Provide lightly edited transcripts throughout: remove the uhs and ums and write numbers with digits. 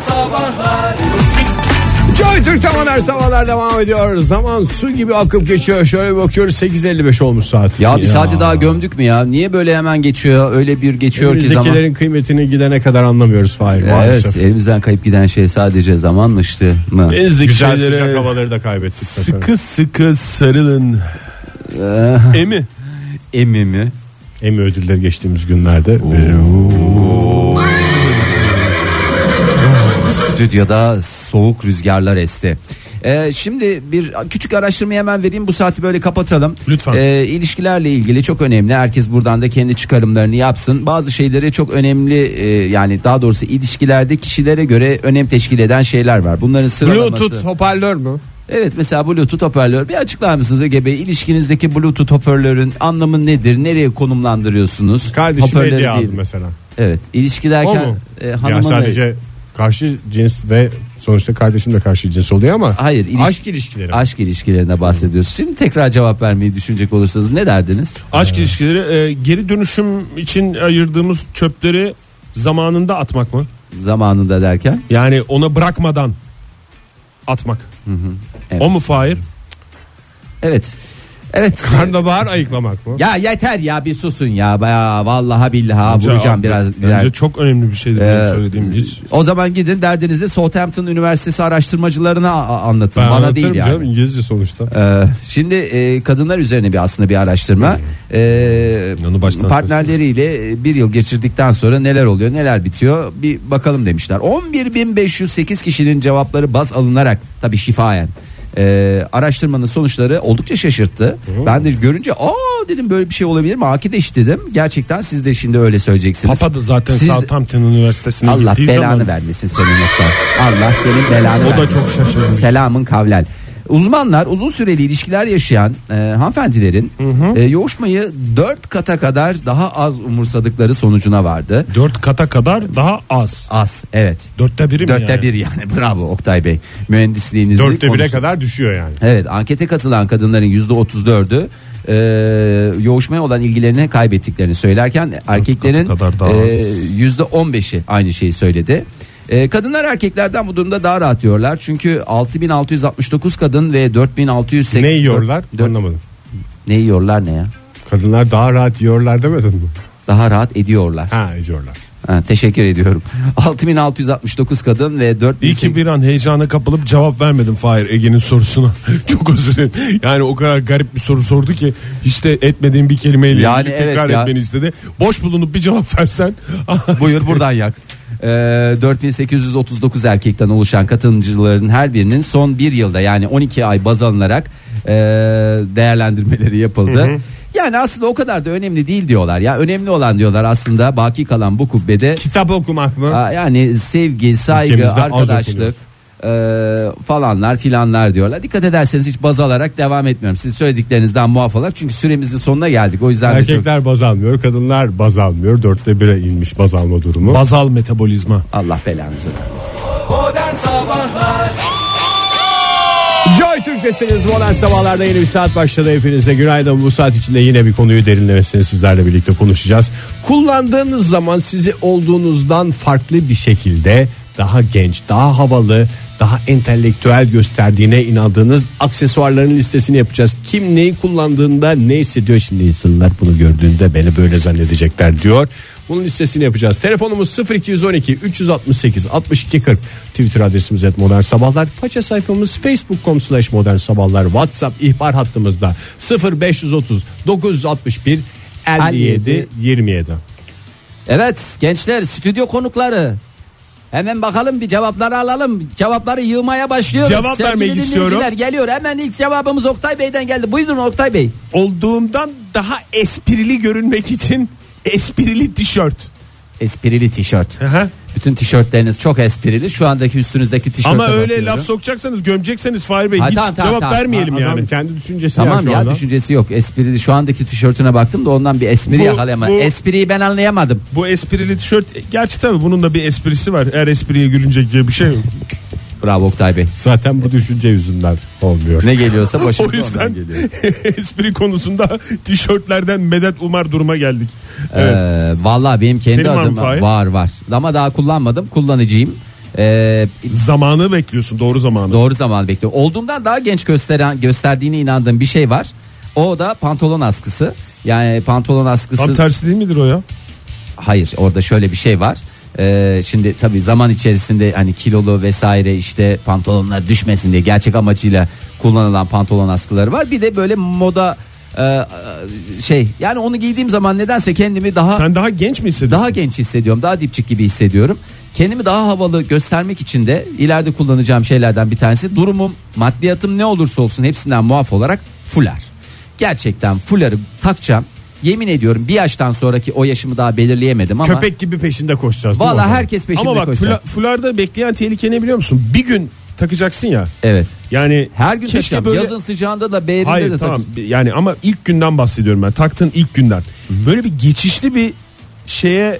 Sabahlar. Joy Türk'te modern sabahlar devam ediyor. Zaman su gibi akıp geçiyor. Şöyle bir bakıyoruz, 8.55 olmuş saat. Ya bir saati daha gömdük mü ya? Niye böyle hemen geçiyor? Öyle bir geçiyor ki zaman. Elimizdekilerin kıymetini gidene kadar anlamıyoruz Fahir, maalesef. Evet, elimizden kayıp giden şey sadece zamanmıştı mı? Güzel sıcak havaları da kaybettik. Sıkı sıkı sarılın. Emi mi? Emmy ödülleri geçtiğimiz günlerde. Stüdyoda soğuk rüzgarlar esti. Şimdi bir küçük araştırmayı hemen vereyim, bu saati böyle kapatalım. Lütfen. İlişkilerle ilgili çok önemli. Herkes buradan da kendi çıkarımlarını yapsın. Bazı şeyleri çok önemli, yani daha doğrusu ilişkilerde kişilere göre önem teşkil eden şeyler var. Bunların sıralaması. Bluetooth hoparlör mü? Evet, mesela Bluetooth hoparlör. Bir açıklar mısınız Ege Bey? İlişkinizdeki Bluetooth hoparlörün anlamı nedir? Nereye konumlandırıyorsunuz? Kardeşim Hoparlörü hediye aldı değil. mesela. Evet, ilişki derken Ya hanımın sadece karşı cins ve sonuçta kardeşim de karşı cins oluyor ama hayır, aşk ilişkileri. Aşk ilişkilerine bahsediyoruz. Şimdi tekrar cevap vermeyi düşünecek olursanız ne derdiniz? Aşk ilişkileri, geri dönüşüm için ayırdığımız çöpleri zamanında atmak mı? Zamanında derken? Yani ona bırakmadan atmak. Evet. O mu Fahir? Evet. Evet. Karnabahar ayıklamak mı? Ya yeter ya, bir susun ya. Vallahi billahi vuracağım biraz. Bence çok önemli bir şeydi benim söylediğim hiç. O zaman gidin derdinizi Southampton Üniversitesi araştırmacılarına anlatın. Ben bana değil yani. Canım, İngilizce sonuçta. Şimdi kadınlar üzerine aslında bir araştırma. Partnerleriyle bir yıl geçirdikten sonra neler oluyor, neler bitiyor bir bakalım demişler. 11.508 kişinin cevapları baz alınarak, tabii şifayen. Araştırmanın sonuçları oldukça şaşırttı. Ben de görünce dedim, böyle bir şey olabilir mi? Akideş dedim. Gerçekten siz de şimdi öyle söyleyeceksiniz. Papa da zaten Southampton Üniversitesi'ne Allah gittiği belanı zaman. vermesin senin nokta. Allah senin belanı vermesin. O da çok şaşırdı. Selamın kavlel. Uzmanlar uzun süreli ilişkiler yaşayan hanımefendilerin yoğuşmayı 4 kata kadar daha az umursadıkları sonucuna vardı. 4 kata kadar daha az. Az, evet. 1/4 mi 1/4 yani? Yani bravo Oktay Bey. Mühendisliğinizi 1/4 kadar düşüyor yani. Evet, ankete katılan kadınların %34'ü yoğuşmaya olan ilgilerini kaybettiklerini söylerken erkeklerin %15'i aynı şeyi söyledi. Kadınlar erkeklerden bu durumda daha rahat yiyorlar. Çünkü 6.669 kadın ve 4.680 Ne yiyorlar? Anlamadım. Ne yiyorlar ne ya? Kadınlar daha rahat yiyorlar demedin mi? Daha rahat ediyorlar. Ediyorlar. Teşekkür ediyorum. 6.669 kadın ve 4.000. İyi ki bir an heyecana kapılıp cevap vermedim Fahir Ege'nin sorusuna. Çok özür dilerim. Yani o kadar garip bir soru sordu ki hiç de etmediğim bir kelimeyle yani tekrar etmeni istedi. Boş bulunup bir cevap versen. Buyur buradan yak. 4.839 erkekten oluşan katılımcıların her birinin son bir yılda, yani 12 ay baz alınarak değerlendirmeleri yapıldı. Yani aslında o kadar da önemli değil diyorlar. Ya önemli olan diyorlar aslında baki kalan bu kubbede kitap okumak mı? Yani sevgi, saygı, Ülkemizde arkadaşlık falanlar filanlar diyorlar. Dikkat ederseniz hiç baz alarak devam etmiyorum. Siz söylediklerinizden muaf olarak, çünkü süremizin sonuna geldik. O yüzden erkekler baz almıyor, kadınlar baz almıyor. 1/4'e inmiş baz alma durumu. Bazal metabolizma. Allah belanızı versin. Modern Sabahlar. Joy Türk'tesiniz. Modern Sabahlar'da yeni bir saat başladı. Hepinize günaydın. Bu saat içinde yine bir konuyu derinlemesine sizlerle birlikte konuşacağız. Kullandığınız zaman sizi olduğunuzdan farklı bir şekilde daha genç, daha havalı, daha entelektüel gösterdiğine inandığınız aksesuarların listesini yapacağız. Kim neyi kullandığında ne hissediyor, şimdi insanlar bunu gördüğünde beni böyle zannedecekler diyor. Bunun listesini yapacağız. Telefonumuz 0212 368 62 40. Twitter adresimiz @modernsabahlar. Faça sayfamız facebook.com/modernsabahlar. WhatsApp ihbar hattımızda 0530 961 57 27. Evet gençler, stüdyo konukları. Hemen bakalım, bir cevapları alalım. Cevapları yığmaya başlıyoruz. Cevap vermek istiyorum. Geliyor. Hemen ilk cevabımız Oktay Bey'den geldi. Buyurun Oktay Bey. Olduğumdan daha esprili görünmek için esprili tişört. Esprili tişört. Aha. Bütün tişörtleriniz çok esprili. Şu andaki üstünüzdeki tişörte ama öyle bakıyorum. laf sokacaksanız, gömecekseniz Fahir Bey, Ha, hiç tamam, cevap vermeyelim yani. Adam kendi düşüncesi Tamam şu anda. düşüncesi yok. Esprili, şu andaki tişörtüne baktım da ondan bir espri yakalayamadım. Espriyi ben anlayamadım. Bu esprili tişört, gerçi tabii bunun da bir esprisi var. Her espriye gülünecek diye bir şey yok. Bravo Oktay Bey. Zaten bu düşünce yüzünden olmuyor. Ne geliyorsa O başımıza yüzden ondan geliyor. espri konusunda tişörtlerden medet umar duruma geldik. Evet. Vallahi benim kendi Senin var mı adıma Fahir? var. Ama daha kullanmadım. Kullanacağım. Zamanı bekliyorsun, doğru zamanı. Doğru zamanı bekliyor. Olduğumdan daha genç gösterdiğine inandığım bir şey var. O da pantolon askısı. Yani pantolon askısı. Tam tersi değil midir o ya? Hayır, orada şöyle bir şey var. Şimdi tabii zaman içerisinde hani kilolu vesaire işte pantolonlar düşmesin diye gerçek amacıyla kullanılan pantolon askıları var. Bir de böyle moda yani onu giydiğim zaman nedense kendimi daha Sen daha genç mi hissediyorsun? daha genç hissediyorum. Daha dipçik gibi hissediyorum. Kendimi daha havalı göstermek için de ileride kullanacağım şeylerden bir tanesi, durumum, maddiyatım ne olursa olsun hepsinden muaf olarak fular. Gerçekten fuları takacağım. Yemin ediyorum bir yaştan sonraki o yaşımı daha belirleyemedim ama. Köpek gibi peşinde koşacağız. değil mi Vallahi o zaman? herkes peşinde Ama bak koşacak. fularda bekleyen tehlike ne biliyor musun? Bir gün takacaksın ya. Evet. Yani Her gün keşke takacağım. böyle... Yazın sıcağında da beğerinde Hayır de tamam takacağım. yani ama ilk günden bahsediyorum ben. Taktığın ilk günden. Böyle bir geçişli bir şeye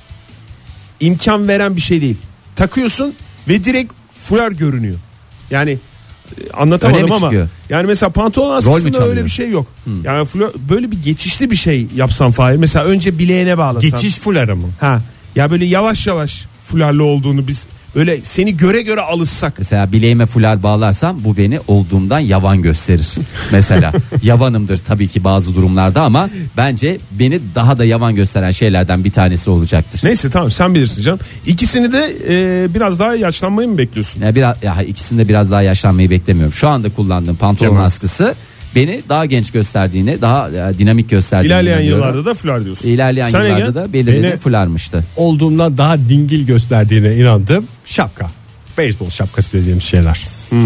imkan veren bir şey değil. Takıyorsun ve direkt fular görünüyor. Yani anlatamadım Öyle mi ama çıkıyor? yani mesela pantolon Rol mü askısında çalıyor? öyle bir şey yok. Yani fular, böyle bir geçişli bir şey yapsan Fahir. Mesela önce bileğine bağlasan. Geçiş fuları mı? Ha. Ya böyle yavaş yavaş fularlı olduğunu biz böyle seni göre göre alışsak. Mesela bileğime fular bağlarsam bu beni olduğumdan yavan gösterir. Mesela yavanımdır tabii ki bazı durumlarda ama bence beni daha da yavan gösteren şeylerden bir tanesi olacaktır. Neyse tamam sen bilirsin canım. İkisini de biraz daha yaşlanmayı mı bekliyorsun? İkisinde biraz daha yaşlanmayı beklemiyorum. Şu anda kullandığım pantolon Kemal. askısı beni daha genç gösterdiğine, daha dinamik gösterdiğine İlerleyen inanıyorum. yıllarda da fular diyorsun. İlerleyen Sen yıllarda Ege? da belirli Beni- fularmıştı. Olduğumdan daha dingil gösterdiğine inandığım şapka. Beyzbol şapkası dediğimiz şeyler.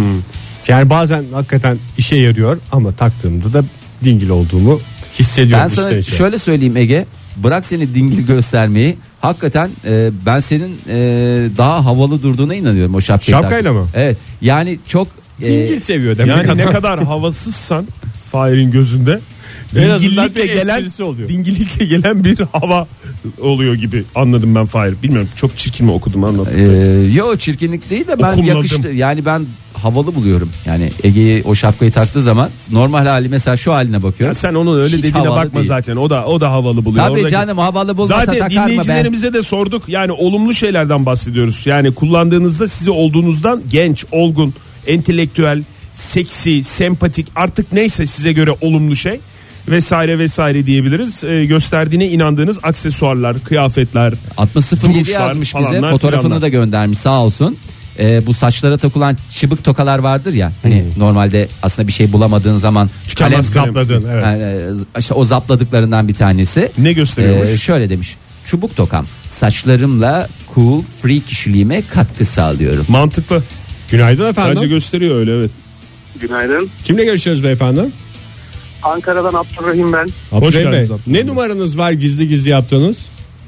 Yani bazen hakikaten işe yarıyor ama taktığımda da dingil olduğumu hissediyorum. Ben sana içten içe. şöyle söyleyeyim Ege, bırak seni dingil göstermeyi, hakikaten ben senin daha havalı durduğuna inanıyorum o şapkayı. Şapkayla mı? Evet, yani çok Dingil seviyor demek. Yani ne kadar havasızsan Fahir'in gözünde En azından dingillikle bir gelen esprisi oluyor. dingillikle gelen bir hava oluyor gibi anladım ben Fahir. Bilmiyorum çok çirkin mi okudum anladım. Yo, çirkinlik değil de ben Okumladım. yakıştı, yani ben havalı buluyorum. Yani Ege'yi o şapkayı taktığı zaman normal hali, mesela şu haline bakıyorum. Ya sen onun öyle Hiç dediğine havalı bakma değil. zaten. O da havalı buluyor. Tabii Oradaki- canım, havalı bulmasa Zaten takar mı be? dinleyicilerimize de sorduk. Yani olumlu şeylerden bahsediyoruz. Yani kullandığınızda sizi olduğunuzdan genç, olgun, entelektüel, seksi, sempatik, artık neyse size göre olumlu şey vesaire vesaire diyebiliriz. Gösterdiğine inandığınız aksesuarlar, kıyafetler, 6007 duruşlar yazmış bize, falanlar fotoğrafını filanlar. da göndermiş sağ olsun. Bu saçlara takılan çıbık tokalar vardır ya, hani normalde aslında bir şey bulamadığın zaman Tükenmez kalem. Zapladın, evet. işte o zapladıklarından bir tanesi. Ne gösteriyormuş? Şöyle demiş: çubuk tokam, saçlarımla cool free kişiliğime katkı sağlıyorum. Mantıklı. Günaydın efendim. Bence gösteriyor öyle, evet. Günaydın. Kimle görüşüyoruz beyefendi? Ankara'dan Abdurrahim ben. Hoş Abdurrahim geldiniz Bey. Abdurrahim. Ne numaranız var gizli gizli yaptığınız?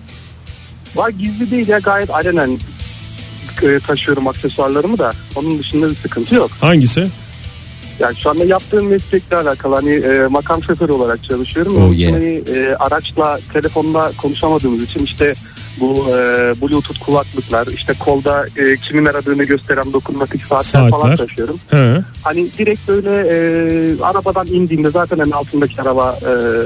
Var, gizli değil ya, gayet alenen taşıyorum aksesuarlarımı da. Onun dışında bir sıkıntı yok. Hangisi? Yani şu anda yaptığım meslekle alakalı, hani makam şoförü olarak çalışıyorum. Oh Onun yeah. için hani, araçla telefonla konuşamadığımız için işte bu Bluetooth kulaklıklar, işte kolda kimin aradığını gösteren dokunmatik saatler falan Saatler. taşıyorum. He. Hani direkt böyle arabadan indiğimde zaten en altındaki araba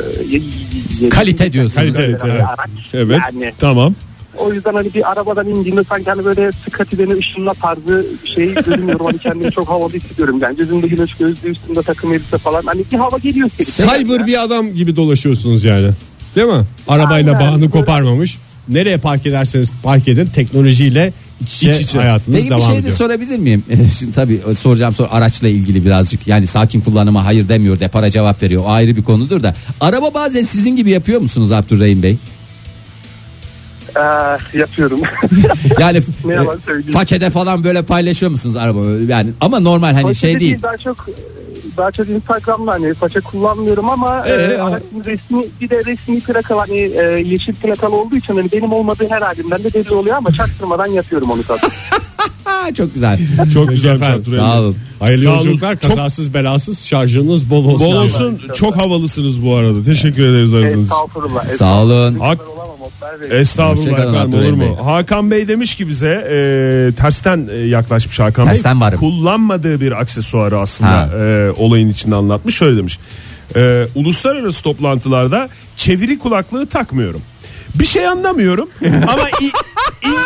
Kalite diyorsunuz. Kalite, evet. araç. Evet. Yani Tamam. o yüzden hani bir arabadan indiğimde sanki hani böyle sıkati beni ışınla tarzı şey görünüyorum. Hani kendimi çok havalı hissediyorum. Yani gözümde güneş gözlüğü, üstümde takım elbise falan. Hani bir hava geliyor seni. Cyber bir adam gibi dolaşıyorsunuz yani. Değil mi? Arabayla Aynen. bağını koparmamış. Nereye park ederseniz park edin, teknolojiyle iç içe hayatınız Peki bir devam şey de ediyor. sorabilir miyim? Şimdi tabii soracağım soru araçla ilgili birazcık. Yani sakin kullanıma hayır demiyor, depara cevap veriyor. O ayrı bir konudur da. Araba bazen sizin gibi yapıyor musunuz Abdurrahim Bey? Yapıyorum. Yani Ne yalan söyleyeyim. façede falan böyle paylaşıyor musunuz araba? Yani ama normal hani şey Façede değil. Daha çok Instagram'da hani faça kullanmıyorum ama aracın resmi, bir de resmi plakalı, hani yeşil plakalı olduğu için hani benim olmadığı her halimden de belli oluyor ama çaktırmadan yapıyorum onu tabii. Çok güzel. Çok güzel efendim, Abdurrahim. Sağ olun. Hayırlı Sağ olun. yolculuklar, Çok- kazasız belasız, şarjınız bol olsun. Bol olsun. Çok havalısınız bu arada. Teşekkür ederiz aradığınız için. Estağfurullah. Sağ olun. Hak- Olamam Oktay Bey. Estağfurullah Hoşçakalın efendim, olur Abdurrahim mu? Bey. Hakan Bey demiş ki bize tersten yaklaşmış Hakan Tersten Bey. varım. Kullanmadığı bir aksesuarı aslında Ha. olayın içinde anlatmış. Şöyle demiş. Uluslararası toplantılarda çeviri kulaklığı takmıyorum. Bir şey anlamıyorum ama İngilizce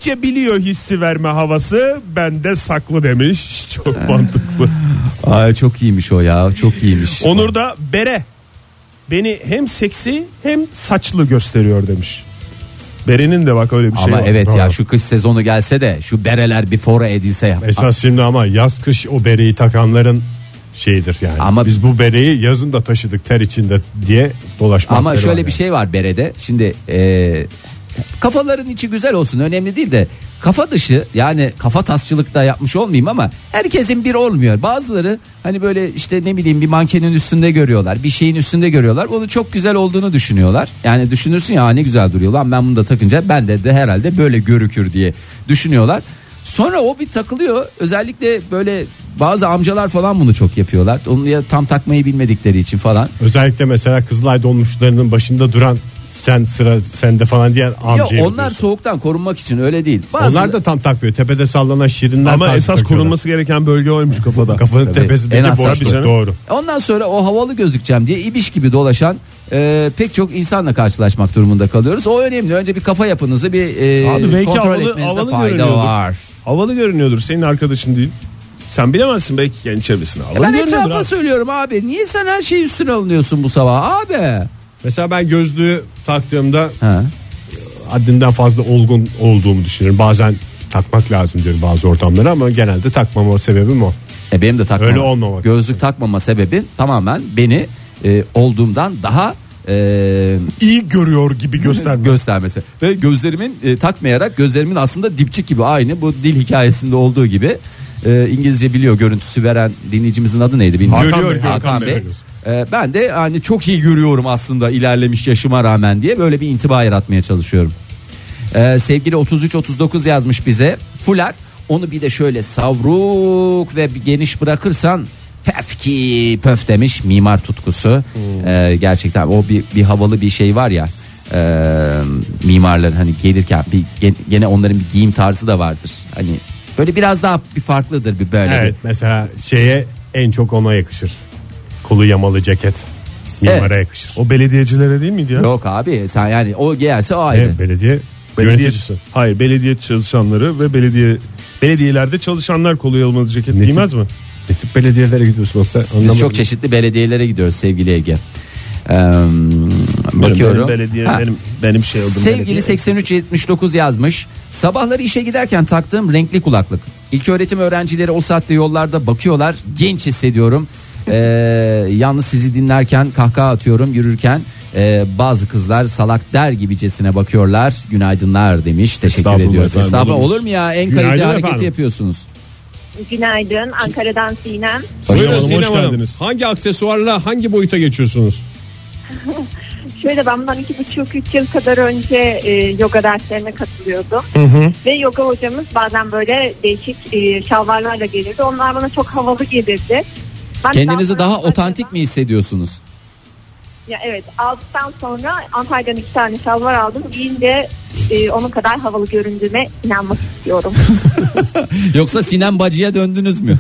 Giydikçe biliyor hissi verme havası, bende saklı demiş. Çok mantıklı. Ay çok iyiymiş o ya, çok iyiymiş. Onur da bere beni hem seksi hem saçlı gösteriyor demiş. Berenin de bak öyle bir şey ama var. evet ya, şu kış sezonu gelse de şu bereler bir fora edilse ya. Esas şimdi ama yaz kış o bereyi takanların şeyidir yani. Ama biz bu bereyi yazın da taşıdık ter içinde diye dolaşmak. Ama şöyle bir şey var berede. Şimdi kafaların içi güzel olsun, önemli değil de kafa dışı, yani kafa tasçılıkta yapmış olmayayım ama herkesin bir olmuyor. Bazıları hani böyle işte ne bileyim bir mankenin üstünde görüyorlar, bir şeyin üstünde görüyorlar, onu çok güzel olduğunu düşünüyorlar. Yani düşünürsün ya, ne güzel duruyor lan, ben bunu da takınca bende de herhalde böyle görükür diye düşünüyorlar. Sonra o bir takılıyor, özellikle böyle bazı amcalar falan bunu çok yapıyorlar. Onu ya tam takmayı bilmedikleri için falan. Özellikle mesela Kızılay dolmuşlarının başında duran, sen sıra sende falan diyen amcayı. Yok, onlar soğuktan korunmak için, öyle değil. Onlar da tam takmıyor. Tepede sallanan şirinler. Ama esas korunması gereken bölge oymuş kafada. Kafanın Tabii, tepesindeki en az boşluk, canım. doğru. Ondan sonra o havalı gözükeceğim diye ibiş gibi dolaşan pek çok insanla karşılaşmak durumunda kalıyoruz. O önemli. Önce bir kafa yapınızı bir Abi belki kontrol havalı etmenize fayda görünüyordur. var. Havalı görünüyordur. Senin arkadaşın değil. Sen bilemezsin, belki kendi çevresine. Havalı Ben görünüyordur etrafa abi. söylüyorum abi. Niye sen her şeyi üstüne alınıyorsun bu sabah abi? Mesela ben gözlüğü taktığımda Ha. haddinden fazla olgun olduğumu düşünüyorum. Bazen takmak lazım diyorum bazı ortamlara ama genelde takmama sebebim o. Benim de takmama. Öyle olmamak. Gözlük takmama sebebin tamamen beni olduğumdan daha İyi görüyor gibi göstermesi. Ve gözlerimin takmayarak, gözlerimin aslında dipçik gibi, aynı bu dil hikayesinde olduğu gibi. İngilizce biliyor görüntüsü veren dinleyicimizin adı neydi bilmiyorum. Hakan Bey, Hakan Hakan Bey. Bey. Ben de hani çok iyi görüyorum aslında ilerlemiş yaşıma rağmen diye böyle bir intiba yaratmaya çalışıyorum. Sevgili 3339 yazmış bize. Fular, onu bir de şöyle savruk ve bir geniş bırakırsan pef ki pöf demiş, mimar tutkusu. Gerçekten o bir havalı bir şey var ya. Mimarların hani gelirken gene onların bir giyim tarzı da vardır. Hani böyle biraz daha bir farklıdır bir böyle. Evet, mesela şeye en çok ona yakışır. Kolu yamalı ceket mimara yakışır. O belediyecilere değil miydi ya? Yok abi, sen yani o giyerse o ayrı. Evet, belediye Belediye, yöneticisi. hayır, belediye çalışanları ve belediyelerde çalışanlar kolu yamalı ceket Ne giymez mi? Ne tip belediyelere gidiyorsun Oktay? Biz Anlamadım. çok çeşitli belediyelere gidiyoruz sevgili Ege. Bakıyorum. Benim belediye, Ha. benim şey oldum. Sevgili 8379 yazmış. Sabahları işe giderken taktığım renkli kulaklık. İlköğretim öğrencileri o saatte yollarda bakıyorlar. Genç hissediyorum. Yalnız sizi dinlerken kahkaha atıyorum yürürken. Bazı kızlar salak der gibicesine bakıyorlar. Günaydınlar demiş. Teşekkür Estağfurullah ediyoruz. efendim, Estağfurullah, olur olur mu ya? En Günaydın kalite hareketi efendim. yapıyorsunuz. Günaydın, Ankara'dan Sinem. Buyurun Hoş Sinem Hanım. geldiniz. Hangi aksesuarla hangi boyuta geçiyorsunuz? Şöyle, ben bundan 2,5-3 yıl kadar önce yoga derslerine katılıyordum. Ve yoga hocamız bazen böyle değişik şalvarlarla gelirdi. Onlar bana çok havalı gelirdi. Ben Kendinizi daha sonra otantik mi hissediyorsunuz? Ya evet, aldıktan sonra Antalya'dan 2 tane şalvar aldım. Giyince onun kadar havalı göründüğüme inanmak istiyorum. Yoksa Sinem Bacı'ya döndünüz mü?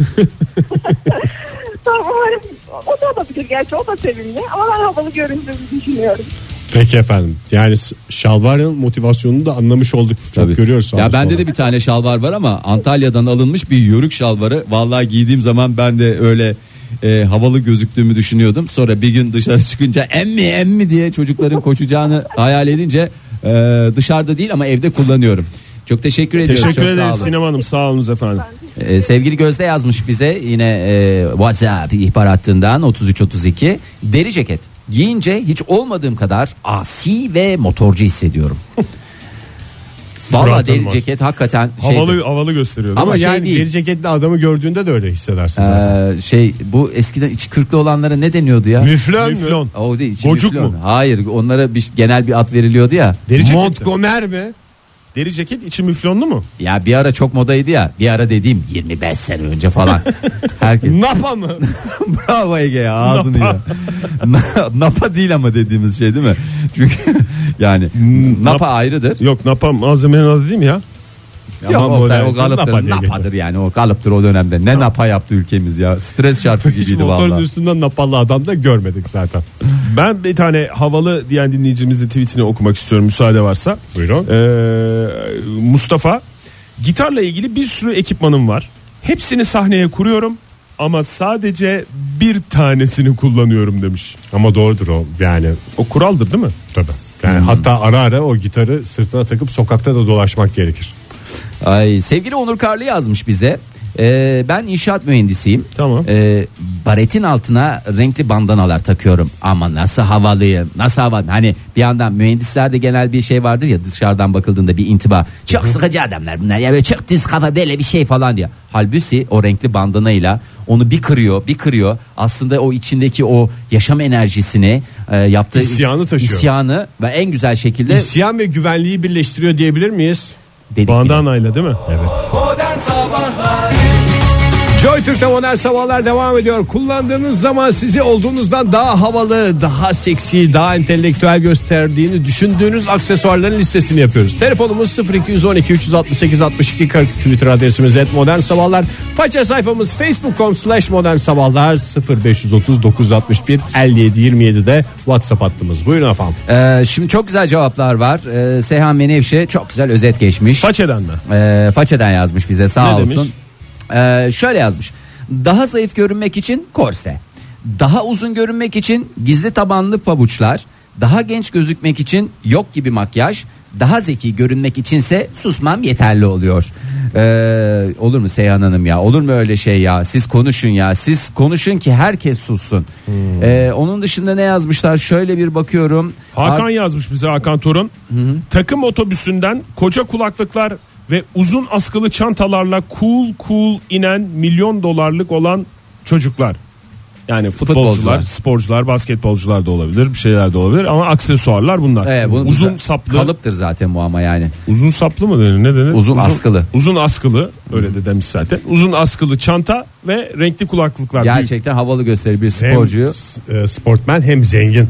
Umarım o da olabilir, gerçi o da sevimli ama ben havalı göründüğümü düşünüyorum. Peki efendim. Yani şalvarın motivasyonunu da anlamış olduk. Çok Tabii. görüyoruz. Ya bende de bir tane şalvar var ama Antalya'dan alınmış bir yörük şalvarı. Vallahi giydiğim zaman ben de öyle havalı gözüktüğümü düşünüyordum. Sonra bir gün dışarı çıkınca emmi diye çocukların koşacağını hayal edince dışarıda değil ama evde kullanıyorum. Çok teşekkür ediyoruz. Teşekkür Çok sağ ederiz olun. Sinem Hanım, sağ olunuz efendim. Sevgili Gözde yazmış bize yine WhatsApp ihbar hattından 3332. Deri ceket giyince hiç olmadığım kadar asi ve motorcu hissediyorum. Vallahi Murat deri Olmaz. ceket hakikaten şeydi. Havalı gösteriyor. Ama Ama şey yani değil. deri ceketli adamı gördüğünde de öyle hissedersin zaten. Bu eskiden içi kırklı olanlara ne deniyordu ya? Müflön mü? Müflon. O değil, içi Gocuk müflon. mu? Hayır, onlara genel bir ad veriliyordu ya. Deri ceket. Montgomer mi? Deri ceket içi müflonlu mu? Ya bir ara çok modaydı ya. Bir ara dediğim 25 sene önce falan. Herkes. Napa mı? Bravo Ege ya, ağzını ya. Napa değil ama dediğimiz şey değil mi? Çünkü yani Napa ayrıdır. Yok, Napa malzemenin adı değil mi ya? Yok, model- o Napa kalıptır. diye Napa'dır yani, o kalıptır o dönemde. Ne Napa yaptı ülkemiz ya. Stres çarpı Hiç gibiydi motorun vallahi. üstünden napalı adam da görmedik zaten. Ben bir tane havalı diyen dinleyicimizin tweetini okumak istiyorum müsaade varsa. Buyurun. Mustafa Gitarla ilgili bir sürü ekipmanım var. Hepsini sahneye kuruyorum ama sadece bir tanesini kullanıyorum demiş. Ama doğrudur o yani. O kuraldır değil mi? Tabii. Yani hatta ara ara o gitarı sırtına takıp sokakta da dolaşmak gerekir. Ay, sevgili Onur Karlı yazmış bize. Ben inşaat mühendisiyim. Tamam. Baretin altına renkli bandanalar takıyorum. Ama nasıl havalıyım, nasıl havalı. Hani bir yandan mühendislerde genel bir şey vardır ya, dışarıdan bakıldığında bir intiba. Çok sıkıcı adamlar bunlar ya, böyle çok düz kafa böyle bir şey falan diye. Halbuki o renkli bandanayla onu bir kırıyor. Aslında o içindeki o yaşam enerjisini yaptığı İsyanı taşıyor. İsyanı ve en güzel şekilde İsyan ve güvenliği birleştiriyor diyebilir miyiz? Bandanayla değil mi? Evet. Modern Sabahlar Joy Türk'te Modern Sabahlar devam ediyor. Kullandığınız zaman sizi olduğunuzdan daha havalı, daha seksi, daha entelektüel gösterdiğini düşündüğünüz aksesuarların listesini yapıyoruz. Telefonumuz 0212 368 62 40, Twitter adresimiz @modernsabahlar. Faça sayfamız facebook.com/modern sabahlar, 0530 961 57 27'de WhatsApp hattımız. Buyurun efendim. Şimdi çok güzel cevaplar var. Seyhan Menevşe çok güzel özet geçmiş. Façeden mi? Façeden yazmış bize, sağ Ne olsun. demiş? Şöyle yazmış. Daha zayıf görünmek için korse, daha uzun görünmek için gizli tabanlı pabuçlar, daha genç gözükmek için yok gibi makyaj, daha zeki görünmek içinse susmam yeterli oluyor. Olur mu Seyhan Hanım ya, olur mu öyle şey ya, siz konuşun ya, siz konuşun ki herkes sussun. Onun dışında ne yazmışlar, şöyle bir bakıyorum. Hakan yazmış bize, Hakan Torun. Takım otobüsünden koca kulaklıklar ve uzun askılı çantalarla cool inen milyon dolarlık olan çocuklar. Yani futbolcular, sporcular, basketbolcular da olabilir, bir şeyler de olabilir ama aksesuarlar bunlar. Uzun saplı. Kalıptır zaten bu ama yani. Uzun saplı mı denir, ne denir? Uzun askılı. Uzun askılı, öyle de demiş zaten. Uzun askılı çanta ve renkli kulaklıklar. Gerçekten havalı gösterir bir sporcuyu. Hem sportman hem zengin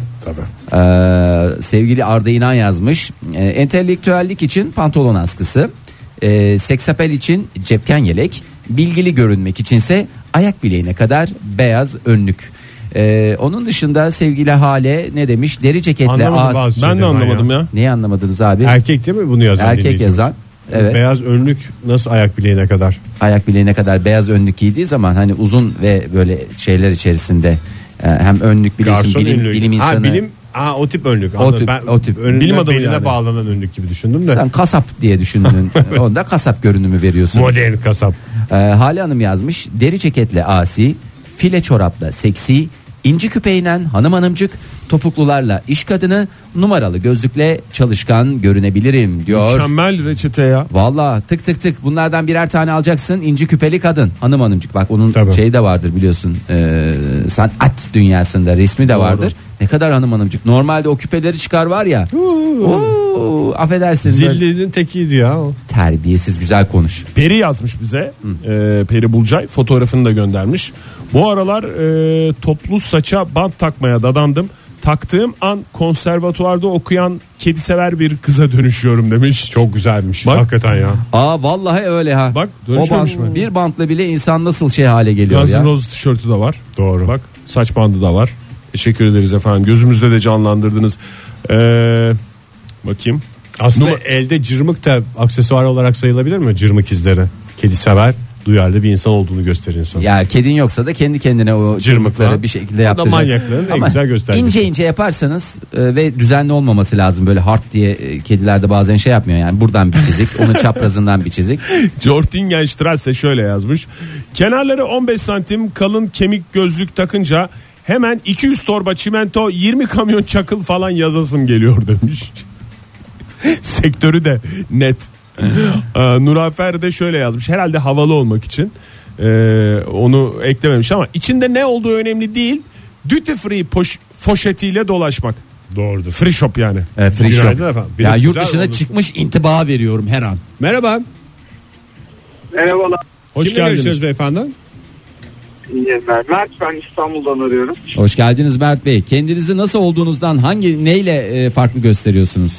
tabii. Sevgili Arda İnan yazmış. Entelektüellik için pantolon askısı, seksapel için cepken yelek, bilgili görünmek içinse ayak bileğine kadar beyaz önlük. Onun dışında sevgili Hale ne demiş? Deri ceketle Ben de anlamadım ya. Neyi anlamadınız abi? Erkek değil mi bunu yazan? Erkek yazan. Evet. Beyaz önlük nasıl ayak bileğine kadar? Ayak bileğine kadar beyaz önlük giydiği zaman hani uzun ve böyle şeyler içerisinde hem önlük biliyorsun, bilim insanı. O tip önlük. O tip. Bilim adamı yani. Bağlanan önlük gibi düşündüm de. Sen kasap diye düşündün. Onda kasap görünümü veriyorsun. Modern kasap. Hale Hanım yazmış. Deri ceketle asi, file çorapla seksi, inci küpeyle hanım hanımcık, topuklularla iş kadını, numaralı gözlükle çalışkan görünebilirim diyor. Mükemmel reçete ya. Valla tık tık tık bunlardan birer tane alacaksın. İnci küpeli kadın, hanım hanımcık. Bak onun şeyi de vardır biliyorsun. Sanat dünyasında resmi de vardır. Ne kadar hanım hanımcık. Normalde o küpeleri çıkar var ya. Affedersin. Zillinin tekiydi ya o. Terbiyesiz, güzel konuş. Peri yazmış bize. Peri Bulcay fotoğrafını da göndermiş. Bu aralar toplu saça bant takmaya dadandım. Taktığım an konservatuvarda okuyan kedi sever bir kıza dönüşüyorum demiş. Çok güzelmiş. Bak. Hakikaten ya. Vallahi öyle ha. Bak, o bant, bir bantla bile insan nasıl şey hale geliyor Guns ya. N' Roses tişörtü de var. Doğru. Bak, saç bandı da var. Teşekkür ederiz efendim. Gözümüzde de canlandırdınız. Bakayım. Aslında elde cırmık da aksesuar olarak sayılabilir mi? Cırmık izleri. Kedi sever, duyarlı bir insan olduğunu gösterir insan. Ya kedin yoksa da kendi kendine o cırmıkları bir şekilde yaptıracaksın. O da manyaklığın en güzel göstergesi. İnce yaparsanız ve düzenli olmaması lazım. Böyle hard diye kedilerde bazen şey yapmıyor yani. Buradan bir çizik, onun çaprazından bir çizik. Jortingenstrasse şöyle yazmış. Kenarları 15 santim kalın kemik gözlük takınca hemen 200 torba çimento, 20 kamyon çakıl falan yazasım geliyor demiş. Sektörü de net. Nurafer de şöyle yazmış. Herhalde havalı olmak için onu eklememiş ama içinde ne olduğu önemli değil. Duty free poşetiyle dolaşmak. Doğrudur. Free shop yani. Free shop. Efendim. Ya yurt dışına çıkmış intiba veriyorum her an. Merhaba. Merhabalar. Hoş Kimle geldiniz görüşürüz beyefendi? İyi günler. Mert, ben İstanbul'dan arıyorum. Hoş geldiniz Mert Bey. Kendinizi nasıl olduğunuzdan neyle farklı gösteriyorsunuz?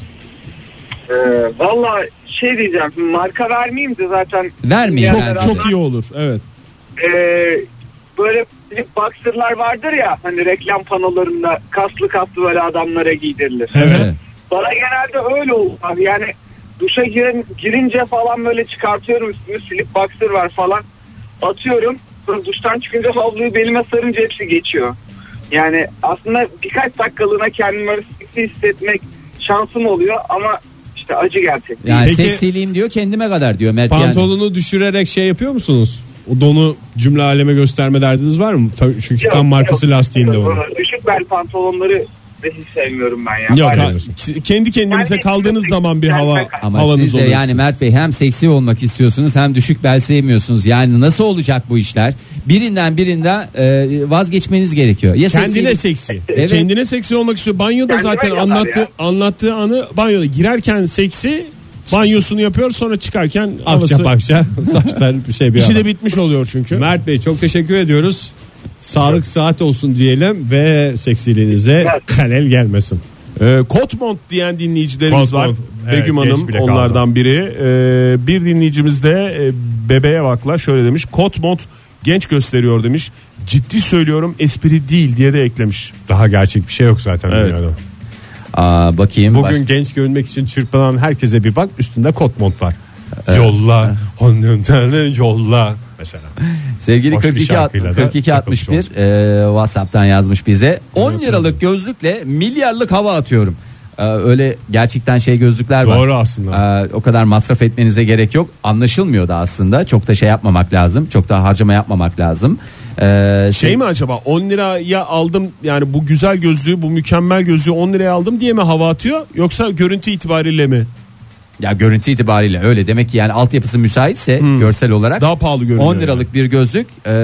Valla şey diyeceğim, marka vermeyeyim de zaten. Vermeyin. Çok iyi olur. Evet. Böyle boxer'lar vardır ya, hani reklam panolarında kaslı böyle adamlara giydirilir. Evet. Bana genelde öyle oldu abi. Yani duşa girince falan böyle çıkartıyorum üstümü, silip boxer var falan atıyorum. Sonra duştan çıkınca havluyu belime sarınca hepsi geçiyor. Yani aslında birkaç dakikalığına kendimi seksi hissetmek şansım oluyor ama işte acı gerçekten. Yani Peki, seksiliğim diyor, kendime kadar diyor Mert. Pantolonu yani düşürerek şey yapıyor musunuz? O donu cümle aleme gösterme derdiniz var mı? Çünkü kan markası lastiğinde var. Düşük bel pantolonları de hiç sevmiyorum ben ya. Yok, kendi kendinize Yani kaldığınız zaman bir Ama havanız siz de oluyor. yani Mert Bey hem seksi olmak istiyorsunuz hem düşük bel sevmiyorsunuz. Yani nasıl olacak bu işler? Birinden vazgeçmeniz gerekiyor. Ya Kendine seksi- seksi. Evet. Kendine seksi olmak istiyor. Banyoda Kendime zaten yanar ya. anlattığı anı banyoda girerken seksi, banyosunu yapıyor, sonra çıkarken Akça havası, bakça saçlar bir şey bir işi adam. de bitmiş oluyor çünkü. Mert Bey çok teşekkür ediyoruz. Sağlık saat olsun diyelim ve seksiliğinize halel gelmesin. Kot mont diyen dinleyicilerimiz Kot var. mont. Evet, Begüm geç Hanım bile onlardan biri. Bir dinleyicimiz de bebeğe bakla şöyle demiş. Kot mont genç gösteriyor demiş. Ciddi söylüyorum, espri değil diye de eklemiş. Daha gerçek bir şey yok zaten Evet. dünyada. Bakayım. Bugün genç görünmek için çırpınan herkese bir bak, üstünde kot mont var. Yolla, ondan yolla mesela. Sevgili Hoş bir şarkıyla da 4261 WhatsApp'tan yazmış bize. 10 liralık gözlükle milyarlık hava atıyorum. Öyle gerçekten şey gözlükler var. Doğru aslında. O kadar masraf etmenize gerek yok. Anlaşılmıyor da aslında. Çok da şey yapmamak lazım. Çok da harcama yapmamak lazım. Şey mi acaba, 10 liraya aldım yani bu güzel gözlüğü, bu mükemmel gözlüğü 10 liraya aldım diye mi hava atıyor, yoksa görüntü itibariyle mi? Ya görüntü itibariyle öyle, demek ki yani altyapısı müsaitse görsel olarak Daha pahalı görünüyor. 10 liralık bir gözlük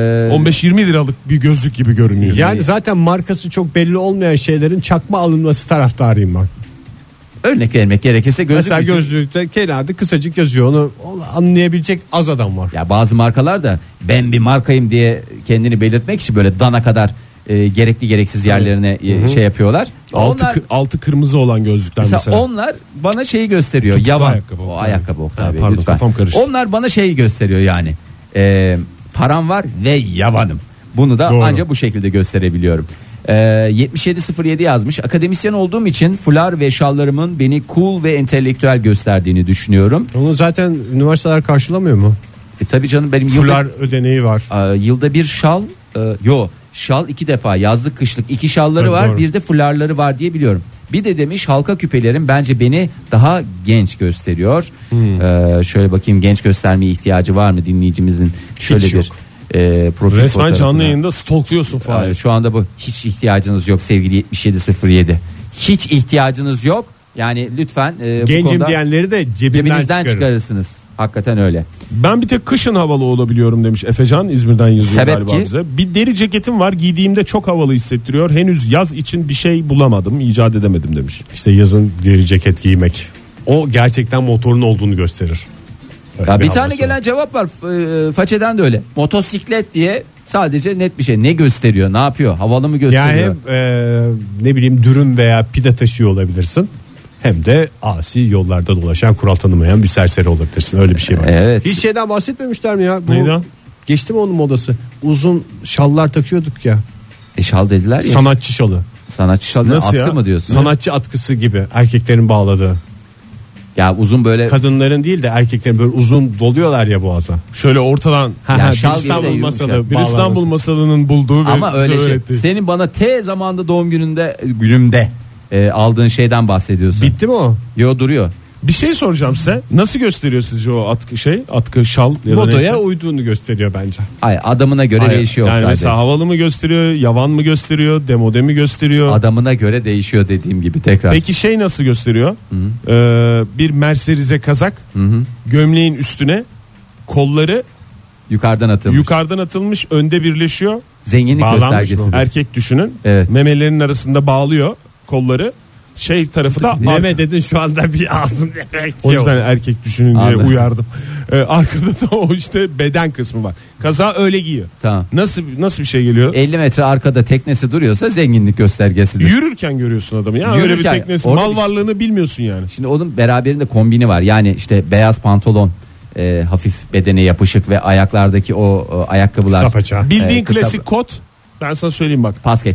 15-20 liralık bir gözlük gibi görünüyor. Yani zaten markası çok belli olmayan şeylerin çakma alınması taraftarıyım ben. örnek vermek gerekirse gözlük Mesela için- gözlükte kenarda kısacık yazıyor, onu anlayabilecek az adam var. Ya bazı markalar da ben bir markayım diye kendini belirtmek için böyle dana kadar gerekli gereksiz yerlerine şey yapıyorlar. Altı kırmızı olan gözlükler mesela. onlar bana şeyi gösteriyor. Topuklu Yavan. ayakkabı, O Oktay. ayakkabı Oktay Bey, Pardon, lütfen. kafam karıştı. Onlar bana şeyi gösteriyor yani. Param var ve yavanım. Bunu da Doğru. ancak bu şekilde gösterebiliyorum. 7707 yazmış. Akademisyen olduğum için fular ve şallarımın beni cool ve entelektüel gösterdiğini düşünüyorum. Onu zaten üniversiteler karşılamıyor mu? Tabii canım, benim Fular ödeneği var. yılda bir şal şal 2 defa, yazlık kışlık 2 şalları Evet, var, doğru. bir de fularları var diye biliyorum. Bir de demiş halka küpelerim bence beni daha genç gösteriyor. Şöyle bakayım, genç göstermeye ihtiyacı var mı dinleyicimizin? Şöyle bir yok. profil Resmen fotoğrafına. canlı yayında stalkluyorsun falan. Şu anda bu hiç ihtiyacınız yok sevgili 7707. Hiç ihtiyacınız yok. Yani lütfen bu Gencim konuda diyenleri de cebinizden çıkarın. çıkarırsınız. Hakikaten öyle. Ben bir tek kışın havalı olabiliyorum demiş Efecan, İzmir'den yazıyor Sebep galiba ki? bize. Bir deri ceketim var, giydiğimde çok havalı hissettiriyor. Henüz yaz için bir şey bulamadım, icat edemedim demiş. İşte yazın deri ceket giymek, o gerçekten motorun olduğunu gösterir. Öyle Ya bir havası tane var. gelen cevap var Façeden de öyle. Motosiklet diye sadece net bir şey. Ne gösteriyor? Ne yapıyor? Havalı mı Yani gösteriyor? hem ne bileyim dürüm veya pide taşıyor olabilirsin, hem de asi yollarda dolaşan, kural tanımayan bir serseri olabilirsin. Öyle bir şey var. Evet. Hiç şeyden bahsetmemişler mi ya? Neydi o? Geçti mi onun modası? Uzun şallar takıyorduk ya. Şal dediler ya. Sanatçı şalı. Sanatçı şal Nasıl atkı ya? mı diyorsun? Sanatçı atkısı gibi erkeklerin bağladığı. Ya uzun böyle Kadınların değil de erkeklerin böyle uzun doluyorlar ya boğaza. Şöyle ortadan Ya bir şal gibi de İstanbul yumuşak. masalı, bir İstanbul masalının bulduğu ve ama bize öyle şey. öğretti. Senin bana T zamanında doğum günümde aldığın şeyden bahsediyorsun. Bitti mi o? Yo, duruyor. Bir şey soracağım size. Nasıl gösteriyor sizce o atkı şal ya da Modaya neyse? uyduğunu gösteriyor bence. Ay, adamına göre Hayır, değişiyor. yani Oktay mesela Bey. havalı mı gösteriyor, yavan mı gösteriyor, demode mi gösteriyor? Adamına göre değişiyor dediğim gibi tekrar. Peki şey nasıl gösteriyor? Bir merserize kazak, gömleğin üstüne kolları Yukarıdan atılmış. yukarıdan atılmış, önde birleşiyor. Zenginlik Bağlanmış göstergesi. mı? Erkek düşünün. Evet. Memelerinin arasında bağlıyor kolları. Şey tarafı da Meme dedin şu anda bir ağzım. o yüzden erkek düşünün diye Anladım. uyardım. Arkada da o işte beden kısmı var. Kaza öyle giyiyor. Tamam. Nasıl bir şey geliyor? 50 metre arkada teknesi duruyorsa zenginlik göstergesidir. Yürürken görüyorsun adamı ya. Öyle bir Yürürken, teknesi. orada Mal bir- varlığını bilmiyorsun yani. Şimdi onun beraberinde kombini var. Yani işte beyaz pantolon, hafif bedene yapışık ve ayaklardaki o ayakkabılar. Sapaça. Bildiğin kısa- klasik kot. Ben sana söyleyeyim bak. Pas geç.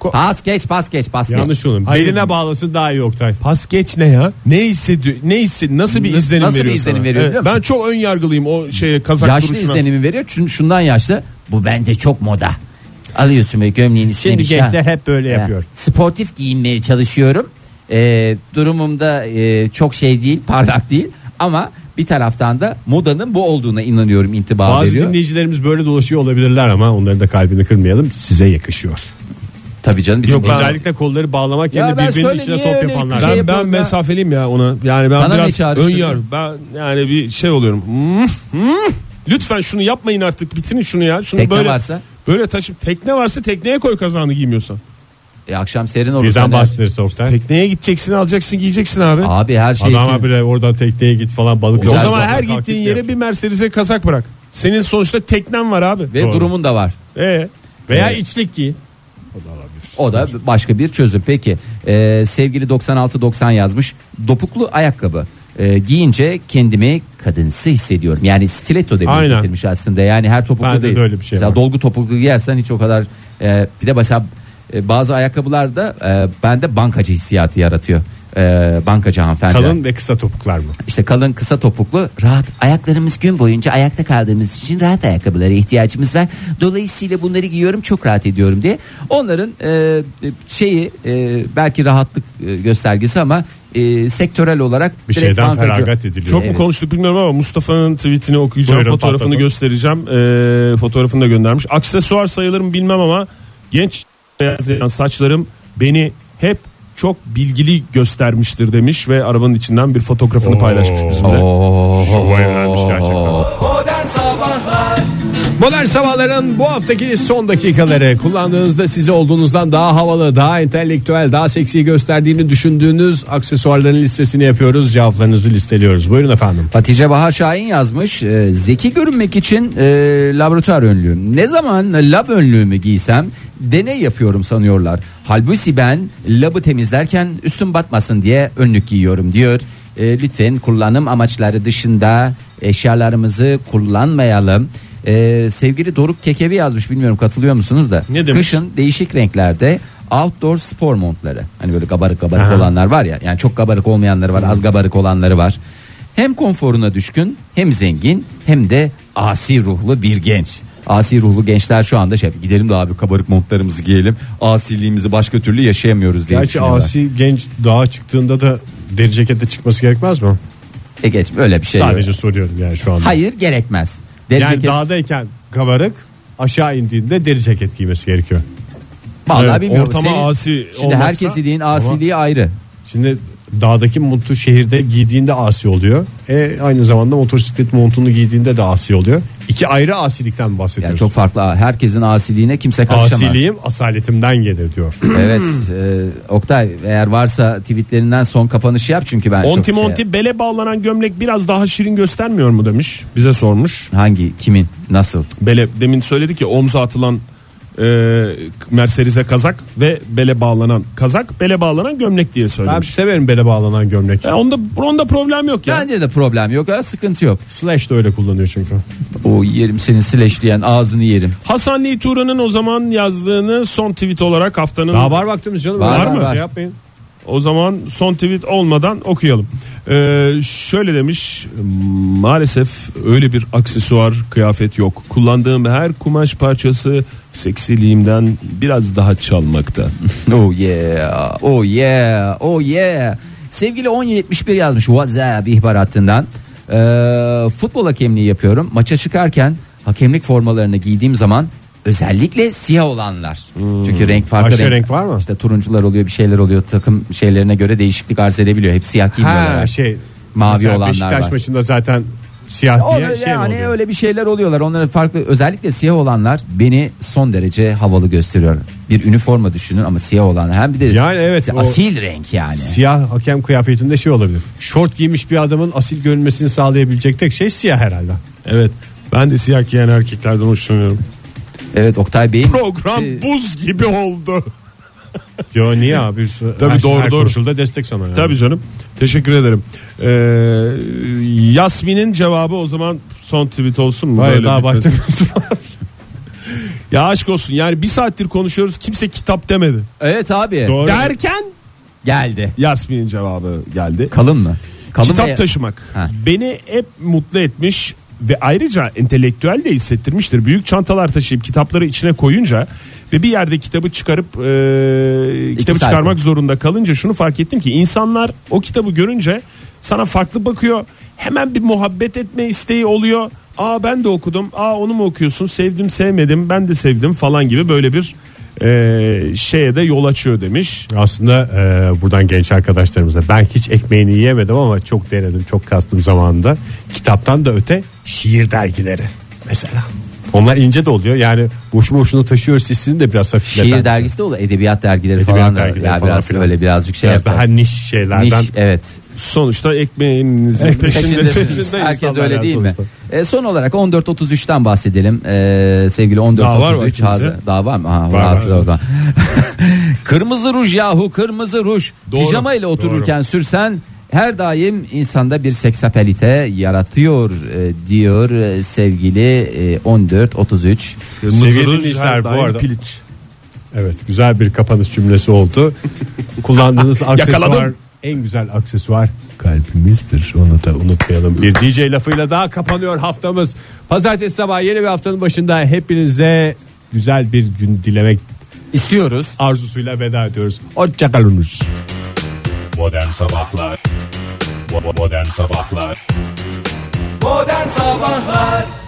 Pas geç. Yanlış oğlum. Hayır. Beline bağlasın daha iyi Oktay. Pas geç ne ya? Ne hissediyor? Nasıl bir izlenim Nasıl bir veriyor izlenim sana? veriyor biliyor musun? Ben çok ön yargılıyım o şeye, kazak Yaşlı duruşuna. izlenimi veriyor. Şundan yaşlı. Bu bence çok moda. Alıyorsun böyle gömleğin üstüne Şimdi bir şey. gençler hep böyle yapıyor. Sportif giyinmeye çalışıyorum. Durumumda çok şey değil, parlak değil ama bir taraftan da modanın bu olduğuna inanıyorum, intiba Bazı veriyor. dinleyicilerimiz böyle dolaşıyor olabilirler ama onların da kalbini kırmayalım. Size yakışıyor. Tabii canım bizim Yok, ben- Özellikle kolları bağlamak Ya yerine ben birbirinin söyle, içine niye top öyle yapanlar. şey Ben yapıyorum ya. mesafeliyim ya ona. Yani ben Sana ne biraz ön çağrıştırdın? yargı. Ben yani bir şey oluyorum. Lütfen şunu yapmayın artık. Bitirin şunu ya. Şunu Tekne böyle varsa? Böyle taşıp, tekne varsa tekneye koy kazağını giymiyorsan. Akşam serin olursa. Birden ne? bahsederiz Oktay. Tekneye gideceksin, alacaksın, giyeceksin abi. Abi her şey Adama için. bile oradan tekneye git falan balık. O Güzel zaman zaten her gittiğin yere bir Mercedes'e kazak bırak. Senin sonuçta teknen var abi. Ve Doğru. durumun da var. Veya içlik giy. O da başka bir çözüm. Peki sevgili 9690 yazmış. Topuklu ayakkabı giyince kendimi kadınsı hissediyorum. Yani stiletto demeye Aynen. getirmiş aslında. Yani her topuklu Bende değil. de öyle bir şey Mesela var. dolgu topuklu giyersen hiç o kadar bir de mesela bazı ayakkabılarda bende bankacı hissiyatı yaratıyor. Bankacı hanımefendi. Kalın ve kısa topuklar mı? İşte kalın kısa topuklu rahat, ayaklarımız gün boyunca ayakta kaldığımız için rahat ayakkabılara ihtiyacımız var. Dolayısıyla bunları giyiyorum, çok rahat ediyorum diye. Onların belki rahatlık göstergesi ama sektörel olarak Bir direkt şeyden bankacı. feragat ediliyor. Çok mu konuştuk bilmiyorum ama Mustafa'nın tweetini okuyacağım. Buyurun, Fotoğrafını patlatalım. göstereceğim. Fotoğrafını da göndermiş. Aksesuar sayılır mı bilmem ama genç beyaz saçlarım beni hep çok bilgili göstermiştir demiş ve arabanın içinden bir fotoğrafını paylaşmış bizimle. Şovaylanmış gerçekten. Modern Sabahlar Modern Sabahların bu haftaki son dakikaları, kullandığınızda sizi olduğunuzdan daha havalı, daha entelektüel, daha seksi gösterdiğini düşündüğünüz aksesuarların listesini yapıyoruz. Cevaplarınızı listeliyoruz. Buyurun efendim. Hatice Bahar Şahin yazmış. Zeki görünmek için laboratuvar önlüğüm. Ne zaman lab önlüğümü giysem deney yapıyorum sanıyorlar. Halbuki ben labı temizlerken üstüm batmasın diye önlük giyiyorum diyor. Lütfen kullanım amaçları dışında eşyalarımızı kullanmayalım. Sevgili Doruk Kekevi yazmış, bilmiyorum katılıyor musunuz da. Ne demiş? Kışın değişik renklerde outdoor spor montları. Hani böyle kabarık olanlar var ya. Yani çok kabarık olmayanları var, az kabarık olanları var. Hem konforuna düşkün, hem zengin, hem de asi ruhlu bir genç. Asi ruhlu gençler şu anda gidelim de abi kabarık montlarımızı giyelim. Asiliğimizi başka türlü yaşayamıyoruz diye Gerçi düşünüyorlar. asi genç dağa çıktığında da deri ceketle çıkması gerekmez mi? Geç öyle bir şey Sadece yok. soruyorum yani şu anda. Hayır, gerekmez. Deri Yani ceket- dağdayken kabarık, aşağı indiğinde deri ceket giymesi gerekiyor. Vallahi Evet, bilmiyorum. ortama Senin- asi Şimdi olmazsa- herkes dediğin asiliği ayrı. Şimdi dağdaki montu şehirde giydiğinde asi oluyor. Aynı zamanda motosiklet montunu giydiğinde de asi oluyor. İki ayrı asilikten Yani bahsediyoruz. çok farklı. Herkesin asiliğine kimse karışamaz. Asiliğim asaletimden gelir diyor. Evet, Oktay eğer varsa tweetlerinden son kapanışı yap çünkü ben Monty çok şey- Monty bele bağlanan gömlek biraz daha şirin göstermiyor mu demiş. Bize sormuş. Hangi, kimin, nasıl? Bele, demin söyledi ki omza atılan Mercedes'e kazak ve bele bağlanan kazak, bele bağlanan gömlek diye Ben söylemiş. severim bele bağlanan gömlek. Onda problem yok ya. Bence de problem yok, sıkıntı yok. Slash de öyle kullanıyor çünkü. O yerim senin slash diyen ağzını yerim. Hasan Lee Turan'ın o zaman yazdığını son tweet olarak haftanın Daha var vaktimiz canım. Var Öyle mı? Şey yapmayın. o zaman son tweet olmadan okuyalım. Şöyle demiş: maalesef öyle bir aksesuar, kıyafet yok. Kullandığım her kumaş parçası seksiliğimden biraz daha çalmakta. Oh yeah, oh yeah, oh yeah. Sevgili 1071 yazmış WhatsApp ihbaratından. Futbol hakemliği yapıyorum. Maça çıkarken hakemlik formalarını giydiğim zaman özellikle siyah olanlar. Çünkü renk farklı. Başka renk var mı? İşte turuncular oluyor, bir şeyler oluyor. Takım şeylerine göre değişiklik arz edebiliyor. Hep siyah giymiyorlar. Mavi mesela olanlar Beşiktaş var. maçında zaten siyah diye Onu, şey mi yani oluyor? öyle bir şeyler oluyorlar. Onların farklı, özellikle siyah olanlar beni son derece havalı gösteriyor. Bir üniforma düşünün ama siyah olan, hem bir de Yani evet, o asil renk yani. Siyah hakem kıyafetinde şey olabilir. Şort giymiş bir adamın asil görünmesini sağlayabilecek tek şey siyah herhalde. Evet, ben de siyah giyen erkeklerden hoşlanıyorum. Evet, Oktay Bey'in Program buz gibi oldu. Yo niye abi? Tabii, doğru, her doğru. koşulda destek sana yani. Tabii canım. Teşekkür ederim. Yasmin'in cevabı o zaman son tweet olsun mu? Hayır, Böyle daha bitmesin. vaktimiz var. Ya aşk olsun yani bir saattir konuşuyoruz kimse kitap demedi. Evet abi. Doğru. Derken Geldi. Yasmin'in cevabı geldi. Kalın mı? Kalın Kitap ve- taşımak Ha. beni hep mutlu etmiş ve ayrıca entelektüel de hissettirmiştir. Büyük çantalar taşıyıp kitapları içine koyunca ve bir yerde kitabı çıkarıp kitabı sayfa. çıkarmak zorunda kalınca şunu fark ettim ki insanlar o kitabı görünce sana farklı bakıyor. Hemen bir muhabbet etme isteği oluyor. Aa ben de okudum. Aa onu mu okuyorsun? Sevdim sevmedim ben de sevdim falan gibi böyle bir şeye de yol açıyor demiş. Aslında buradan genç arkadaşlarımıza ben hiç ekmeğini yiyemedim ama çok denedim, çok kastım zamanında. Kitaptan da öte şiir dergileri mesela. Onlar ince de oluyor yani boşu boşuna taşıyoruz hissini de biraz hafifleten. Şiir dergisi de olur, edebiyat dergileri Edebiyat falan da. dergileri Ya falan biraz filan. öyle birazcık şey Biraz daha yapacağız. niş şeylerden. Niş, evet. Sonuçta ekmeğinizin Peşindesiniz. Herkes insanlar öyle yani değil mi? sonuçta. Son olarak 14.33'ten bahsedelim. Sevgili 14.33 Daha var mı vaktimizde? daha var mı? Ha, Var, rahatız var. o zaman. Kırmızı ruj yahu, kırmızı ruj. Doğru, Pijama ile otururken sürsen her daim insanda bir seksapelite yaratıyor diyor sevgili 14.33. Sevgili ruj dinleyiciler, her bu daim arada- piliç. Evet, güzel bir kapanış cümlesi oldu. Kullandığınız aksesuar, Yakaladım. en güzel aksesuar kalbimizdir. Onu da unutmayalım. Bir DJ lafıyla daha kapanıyor haftamız. Pazartesi sabahı yeni bir haftanın başında hepinize güzel bir gün dilemek İstiyoruz. arzusuyla veda ediyoruz. Hoşçakalınız. Modern Sabahlar Modern Sabahlar Modern Sabahlar